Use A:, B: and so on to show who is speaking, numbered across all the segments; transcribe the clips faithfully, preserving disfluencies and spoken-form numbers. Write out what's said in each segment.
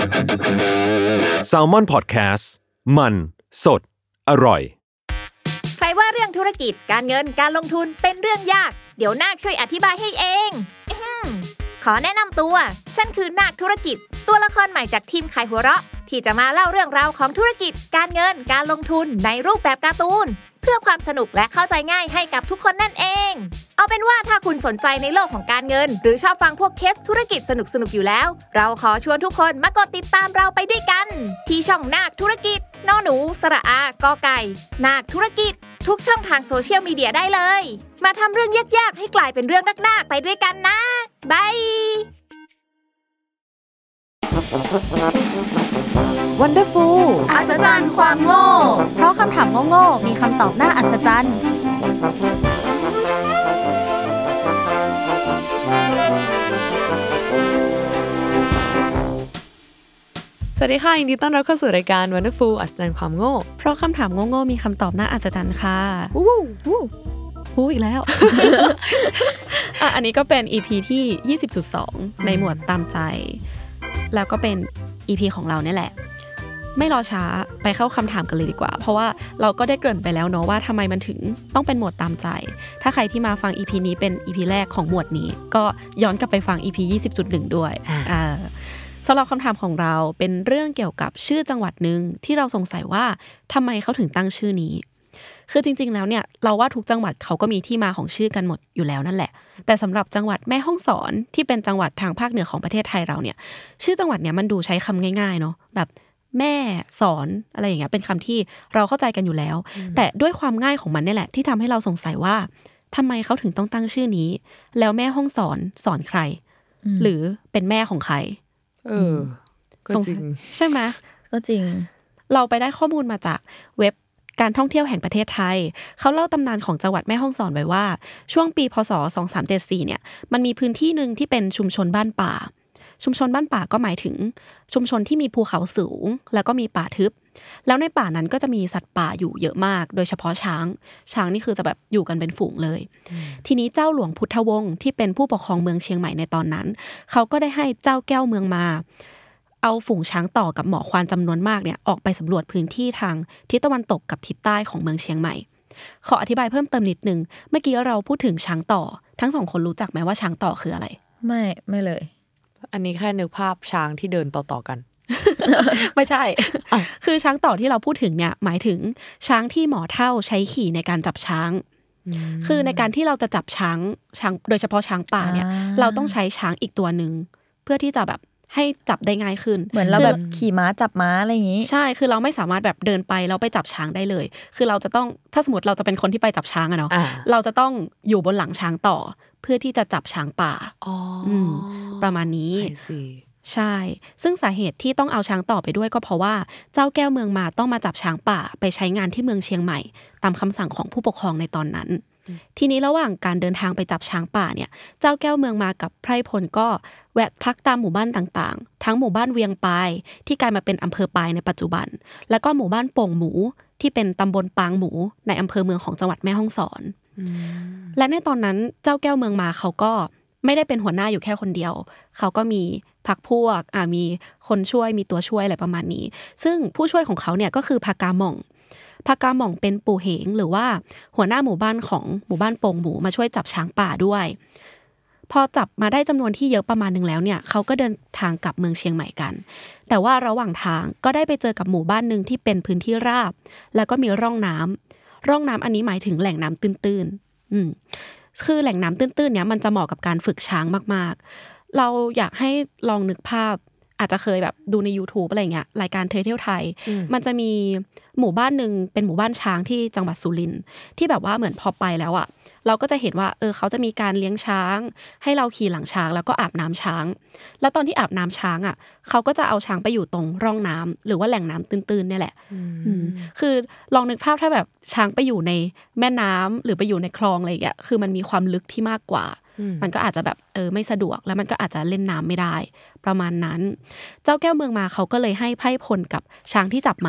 A: Salmon Podcast มันสดอร่อย
B: ใครว่าเรื่องธุรกิจการเงินการลงทุนเป็นเรื่องยากเดี๋ยวนาคช่วยอธิบายให้เองขอแนะนำตัวฉันคือนาคธุรกิจตัวละครใหม่จากทีมขายหัวเราะที่จะมาเล่าเรื่องราวของธุรกิจการเงินการลงทุนในรูปแบบการ์ตูนเพื่อความสนุกและเข้าใจง่ายให้กับทุกคนนั่นเองเอาเป็นว่าถ้าคุณสนใจในโลกของการเงินหรือชอบฟังพวกเคสธุรกิจสนุกๆอยู่แล้วเราขอชวนทุกคนมากดติดตามเราไปด้วยกันที่ช่องนาคธุรกิจนหนูสระอากอไก่นาคธุรกิจทุกช่องทางโซเชียลมีเดียได้เลยมาทำเรื่องยากๆให้กลายเป็นเรื่องน่าๆไปด้วยกันนะบาย
C: Wonderful
B: อัศจรรย์ความโง่
C: เพราะคำถามโง่ๆมีคำตอบน่าอัศจรรย์
D: สวัสดีค่ะยินดีต้อนรับเข้าสู่รายการ Wonderful อัศจรรย์ความโง่
C: เพราะคำถามโง่ๆมีคำตอบน่าอัศจรรย์ค่ะ
D: วู้วู้
C: วู้อีกแล้ว อ่ะอันนี้ก็เป็น อี พี ที่ ยี่สิบจุดสอง ในหมวดตามใจแล้วก็เป็น อี พี ของเราเนี่ยแหละไม่รอช้าไปเข้าคำถามกันเลยดีกว่าเพราะว่าเราก็ได้เกริ่นไปแล้วเนาะว่าทำไมมันถึงต้องเป็นหมวดตามใจถ้าใครที่มาฟัง อี พี นี้เป็น อี พี แรกของหมวดนี้ก็ย้อนกลับไปฟัง อี พี ยี่สิบจุดหนึ่ง ด้วยอ่าสำหรับคำถามของเราเป็นเรื่องเกี่ยวกับชื่อจังหวัดนึงที่เราสงสัยว่าทำไมเขาถึงตั้งชื่อนี้คือจริงๆแล้วเนี่ยเราว่าทุกจังหวัดเขาก็มีที่มาของชื่อกันหมดอยู่แล้วนั่นแหละแต่สำหรับจังหวัดแม่ฮ่องสอนที่เป็นจังหวัดทางภาคเหนือของประเทศไทยเราเนี่ยชื่อจังหวัดเนี่ยมันดูใช้คำง่ายๆเนาะแบบแม่สอนอะไรอย่างเงี้ยเป็นคำที่เราเข้าใจกันอยู่แล้วแต่ด้วยความง่ายของมันนี่แหละที่ทำให้เราสงสัยว่าทำไมเขาถึงต้องตั้งชื่อนี้แล้วแม่ฮ่องสอนสอนใครหรือเป็นแม่ของใคร
D: เออก็จริง
C: ใช่ไหม
E: ก็จริง
C: เราไปได้ข้อมูลมาจากเว็บการท่องเที่ยวแห่งประเทศไทยเขาเล่าตำนานของจังหวัดแม่ฮ่องสอนไว้ว่าช่วงปีพ.ศ. สองพันสามร้อยเจ็ดสิบสี่เนี่ยมันมีพื้นที่นึงที่เป็นชุมชนบ้านป่าชุมชนบ้านป่าก็หมายถึงชุมชนที่มีภูเขาสูงแล้วก็มีป่าทึบแล้วในป่านั้นก็จะมีสัตว์ป่าอยู่เยอะมากโดยเฉพาะช้างช้างนี่คือจะแบบอยู่กันเป็นฝูงเลยทีนี้เจ้าหลวงพุทธวงศ์ที่เป็นผู้ปกครองเมืองเชียงใหม่ในตอนนั้นเขาก็ได้ให้เจ้าแก้วเมืองมาเอาฝูงช้างต่อกับหมอควานจำนวนมากเนี่ยออกไปสำรวจพื้นที่ทางทิศตะวันตกกับทิศใต้ของเมืองเชียงใหม่ขออธิบายเพิ่มเติมนิดนึงเมื่อกี้เราพูดถึงช้างต่อทั้งสองคนรู้จักไหมว่าช้างต่อคืออะไร
E: ไม่ไม่เลย
D: อันนี้แค่นึกภาพช้างที่เดินต่อๆกัน
C: ไม่ใช่ คือช้างต่อที่เราพูดถึงเนี่ยหมายถึงช้างที่หมอเฒ่าใช้ขี่ในการจับช้างคือในการที่เราจะจับช้างช้างโดยเฉพาะช้างป่าเนี่ยเราต้องใช้ช้างอีกตัวนึงเพื่อที่จะแบบให้จับได้ง่ายขึ้น
E: เหมือนเราแบบขี่ม้าจับม้าอะไรอย่างงี้
C: ใช่คือเราไม่สามารถแบบเดินไปแล้วไปจับช้างได้เลยคือเราจะต้องถ้าสมมติเราจะเป็นคนที่ไปจับช้างอะเนาะเราจะต้องอยู่บนหลังช้างต่อเพื่อที่จะจับช้างป่า
D: อ๋อ
C: ประมาณนี้ใช่ซึ่งสาเหตุที่ต้องเอาช้างต่อไปด้วยก็เพราะว่าเจ้าแก้วเมืองมาต้องมาจับช้างป่าไปใช้งานที่เมืองเชียงใหม่ตามคำสั่งของผู้ปกครองในตอนนั้นทีนี้ระหว่างการเดินทางไปจับช้างป่าเนี่ยเจ้าแก้วเมืองมากับไพร่พลก็แวะพักตามหมู่บ้านต่างๆทั้งหมู่บ้านเวียงปายที่กลายมาเป็นอำเภอปายในปัจจุบันแล้วก็หมู่บ้านโป่งหมูที่เป็นตำบลปางหมูในอำเภอเมืองของจังหวัดแม่ฮ่องสอนและในตอนนั้นเจ้าแก้วเมืองมาเขาก็ไม่ได้เป็นหัวหน้าอยู่แค่คนเดียวเขาก็มีพรรคพวกอ่ามีคนช่วยมีตัวช่วยอะไรประมาณนี้ซึ่งผู้ช่วยของเขาเนี่ยก็คือพากาหม่องพากาหม่องเป็นปู่เหงหรือว่าหัวหน้าหมู่บ้านของหมู่บ้านโป่งหมูมาช่วยจับช้างป่าด้วยพอจับมาได้จำนวนที่เยอะประมาณนึงแล้วเนี่ยเขาก็เดินทางกลับเมืองเชียงใหม่กันแต่ว่าระหว่างทางก็ได้ไปเจอกับหมู่บ้านนึงที่เป็นพื้นที่ราบแล้วก็มีร่องน้ำร่องน้ำอันนี้หมายถึงแหล่งน้ำตื้นๆอืมคือแหล่งน้ำตื้นๆเนี่ยมันจะเหมาะกับการฝึกช้างมากๆเราอยากให้ลองนึกภาพอาจจะเคยแบบดูใน YouTube อะไรเงี้ยรายการเทยเที่ยวไทยมันจะมีหมู่บ้านนึงเป็นหมู่บ้านช้างที่จังหวัดสุรินทร์ที่แบบว่าเหมือนพอไปแล้วอ่ะเราก็จะเห็นว่าเออเขาจะมีการเลี้ยงช้างให้เราขี่หลังช้างแล้วก็อาบน้ำช้างแล้วตอนที่อาบน้ำช้างอ่ะเขาก็จะเอาช้างไปอยู่ตรงร่องน้ำหรือว่าแหล่งน้ำตื้นๆเนี่ยแหละคือลองนึกภาพถ้าแบบช้างไปอยู่ในแม่น้ำหรือไปอยู่ในคลองอะไรอย่างเงี้ยคือมันมีความลึกที่มากกว่ามันก็อาจจะแบบเออไม่สะดวกแล้วมันก็อาจจะเล่นน้ำไม่ได้ประมาณนั้นเจ้าแก้วเมืองมาเขาก็เลยให้ไพร่พลกับช้างที่จับมาเนี่ย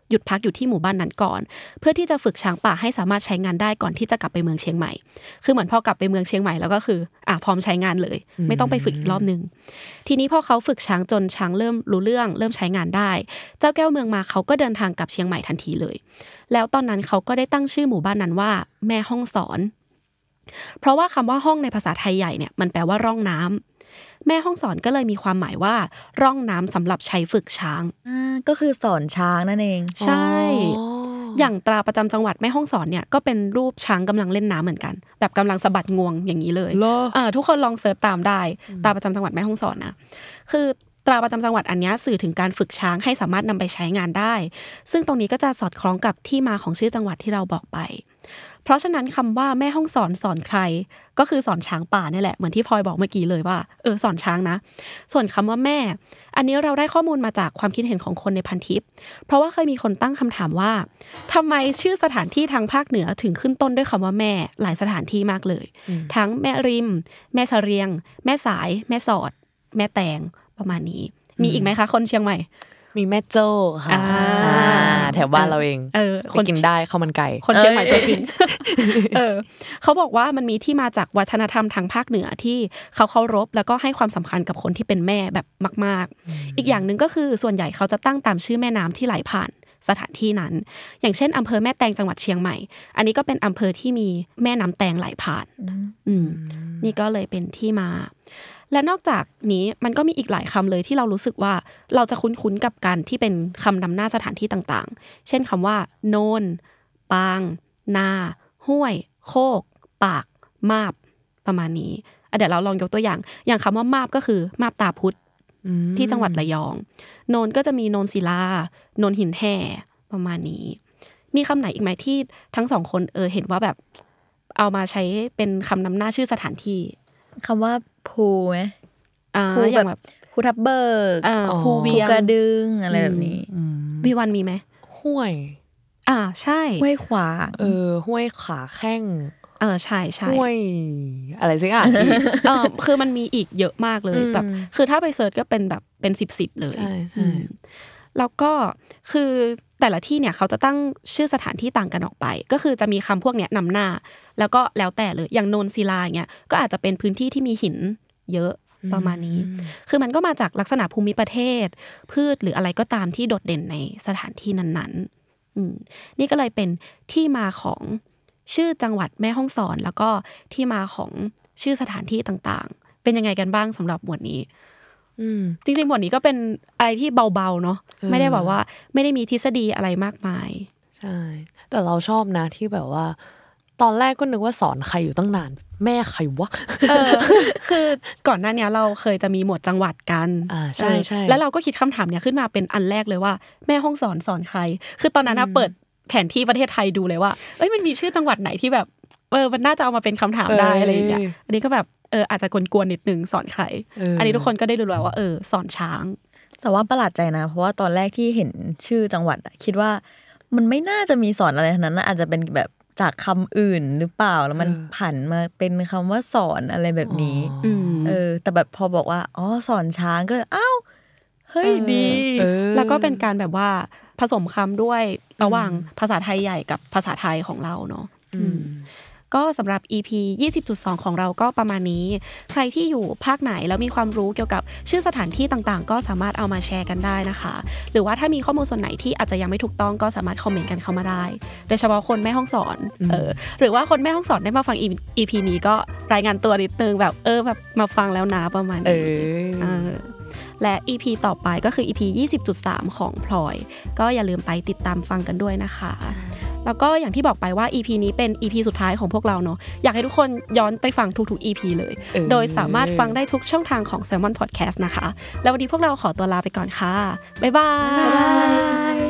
C: หยุดพักอยู่ที่หมู่บ้านนั้นก่อนเพื่อที่จะฝึกช้างป่าให้สามารถใช้งานได้ก่อนที่จะกลับไปเมืองเชียงใหม่คือเหมือนพอกลับไปเมืองเชียงใหม่แล้วก็คืออ่ะพร้อมใช้งานเลยไม่ต้องไปฝึกอีกรอบนึงทีนี้พอเขาฝึกช้างจนช้างเริ่มรู้เรื่องเริ่มใช้งานได้เจ้าแก้วเมืองมาเขาก็เดินทางกลับเชียงใหม่ทันทีเลยแล้วตอนนั้นเขาก็ได้ตั้งชื่อหมู่บ้านนั้นว่าแม่ห้องสอนเพราะว่าคำว่าห้องในภาษาไทยใหญ่เนี่ยมันแปลว่าร่องน้ำแม่ห้องสอนก็เลยมีความหมายว่าร่องน้ำสำหรับใช้ฝึกช้าง
E: อ่าก็คือสอนช้างนั่นเอง
C: ใช่อย่างตราประจำจังหวัดแม่ฮ่องสอนเนี่ยก็เป็นรูปช้างกำลังเล่นน้ำเหมือนกันแบบกำลังสะบัดงวงอย่างนี้เลยเออทุกคนลองเสิร์ชตามได้ตราประจำจังหวัดแม่ฮ่องสอนนะคือตราประจำจังหวัดอันนี้สื่อถึงการฝึกช้างให้สามารถนำไปใช้งานได้ซึ่งตรงนี้ก็จะสอดคล้องกับที่มาของชื่อจังหวัดที่เราบอกไปเพราะฉะนั้นคำว่าแม่ฮ่องสอนสอนใครก็คือสอนช้างป่านี่แหละเหมือนที่พลอยบอกเมื่อกี้เลยว่าเออสอนช้างนะส่วนคำว่าแม่อันนี้เราได้ข้อมูลมาจากความคิดเห็นของคนในพันทิปเพราะว่าเคยมีคนตั้งคำถามว่าทำไมชื่อสถานที่ทางภาคเหนือถึงขึ้นต้นด้วยคำว่าแม่หลายสถานที่มากเลยทั้งแม่ริมแม่เสรียงแม่สายแม่สอดแม่แตงประมาณนี้มีอีกไหมคะคนเชียงใหม่
D: มีแม่โจ้ค่ะแถวบ้านเราเองเออคนกินได้ข้าวมันไก่
C: คนเชียงใหม่ตัวจริงเออเขาบอกว่ามันมีที่มาจากวัฒนธรรมทางภาคเหนือที่เขาเคารพแล้วก็ให้ความสำคัญกับคนที่เป็นแม่แบบมากๆอีกอย่างนึงก็คือส่วนใหญ่เขาจะตั้งตามชื่อแม่น้ำที่ไหลผ่านสถานที่นั้นอย่างเช่นอำเภอแม่แตงจังหวัดเชียงใหม่อันนี้ก็เป็นอำเภอที่มีแม่น้ำแตงไหลผ่านอืมนี่ก็เลยเป็นที่มาและนอกจากนี้มันก็มีอีกหลายคำเลยที่เรารู้สึกว่าเราจะคุ้นๆกับการที่เป็นคำนำหน้าสถานที่ต่างๆเช่นคำว่าโนนปางนาห้วยโคกปากมาบประมาณนี้เดี๋ยวเราลองยกตัวอย่างอย่างคำว่ามาบก็คือมาบตาพุธที่จังหวัดระยองโนนก็จะมีโนนศิลาโนนหินแห่ประมาณนี้มีคำไหนอีกไหมที่ทั้งสองคนเออเห็นว่าแบบเอามาใช้เป็นคำนำหน้าชื่อสถานที่
E: คำว่าภูไหม
C: ภูแบบ
E: ภูทับเบิก
C: ภูเวียง
E: กระดึงอะไรแบบนี้
C: วีวันมีไหม
D: ห้วย
C: อ่าใช่
E: ห้วยขวา
D: เออห้วยขาแข้ง
C: เออใช่ใช่
D: ห้วยอะไรสักอย่าง
C: เออคือมันมีอีกเยอะมากเลยแบบคือถ้าไปเสิร์ชก็เป็นแบบเป็นสิบสิบเลย
D: ใช่
C: แล้วก็คือแต่ละที่เนี่ยเขาจะตั้งชื่อสถานที่ต่างกันออกไปก็คือจะมีคำพวกเนี้ยนำหน้าแล้วก็แล้วแต่เลยอย่างโนนศิลาอย่างเงี้ยก็อาจจะเป็นพื้นที่ที่มีหินเยอะประมาณนี้คือมันก็มาจากลักษณะภูมิประเทศพืชหรืออะไรก็ตามที่โดดเด่นในสถานที่นั้นๆอืมนี่ก็เลยเป็นที่มาของชื่อจังหวัดแม่ฮ่องสอนแล้วก็ที่มาของชื่อสถานที่ต่างๆเป็นยังไงกันบ้างสำหรับหมวดนี้จริงๆหมวดนี้ก็เป็นอะไรที่เบาๆเนาะไม่ได้แบบว่าไม่ได้มีทฤษฎีอะไรมากมาย
D: ใช่แต่เราชอบนะที่แบบว่าตอนแรกก็นึกว่าสอนใครอยู่ตั้งนานแม่ใครวะ
C: เออคือก่อนหน้านี้เราเคยจะมีหมวดจังหวัดกัน
D: อ่าใช่ใช่
C: แล้วเราก็คิดคำถามเนี้ยขึ้นมาเป็นอันแรกเลยว่าแม่ห้องสอนสอนใครคือตอนนั้นนะเปิดแผนที่ประเทศไทยดูเลยว่าเอ้ยมันมีชื่อจังหวัดไหนที่แบบเออมันน่าจะเอามาเป็นคำถามได้อะไรอย่างเงี้ยอันนี้ก็แบบเอออาจจะกวนๆนิดนึงสอนใครอันนี้ทุกคนก็ได้รู้แล้วว่าเออสอนช้าง
E: แต่ว่าประหลาดใจนะเพราะว่าตอนแรกที่เห็นชื่อจังหวัดคิดว่ามันไม่น่าจะมีสอนอะไรทั้งนั้นอาจจะเป็นแบบจากคำอื่นหรือเปล่าแล้วมันผันมาเป็นคำว่าสอนอะไรแบบนี้เออแต่แบบพอบอกว่าอ๋อสอนช้างก็อ้าวเฮ้ยดี
C: แล้วก็เป็นการแบบว่าผสมคำด้วยระหว่างภาษาไทยใหญ่กับภาษาไทยของเราเนาะก็สำหรับ อี พี ยี่สิบจุดสอง ของเราก็ประมาณนี้ใครที่อยู่ภาคไหนแล้วมีความรู้เกี่ยวกับชื่อสถานที่ต่างๆก็สามารถเอามาแชร์กันได้นะคะหรือว่าถ้ามีข้อมูลส่วนไหนที่อาจจะยังไม่ถูกต้องก็สามารถคอมเมนต์กันเข้ามาได้โดยเฉพาะคนแม่ฮ่องสอนเออหรือว่าคนแม่ฮ่องสอนได้มาฟัง อี พี นี้ก็รายงานตัวนิดนึงแบบเออแบบมาฟังแล้วนะประมาณนี้เออและ อี พี ต่อไปก็คือ อี พี ยี่สิบจุดสาม ของพลอยก็อย่าลืมไปติดตามฟังกันด้วยนะคะแล้วก็อย่างที่บอกไปว่า อี พี นี้เป็น อี พี สุดท้ายของพวกเราเนาะอยากให้ทุกคนย้อนไปฟังทุกๆ อี พี เลยโดยสามารถฟังได้ทุกช่องทางของ Salmon Podcast นะคะแล้ววันนี้พวกเราขอตัวลาไปก่อนค่ะบ๊ายบาย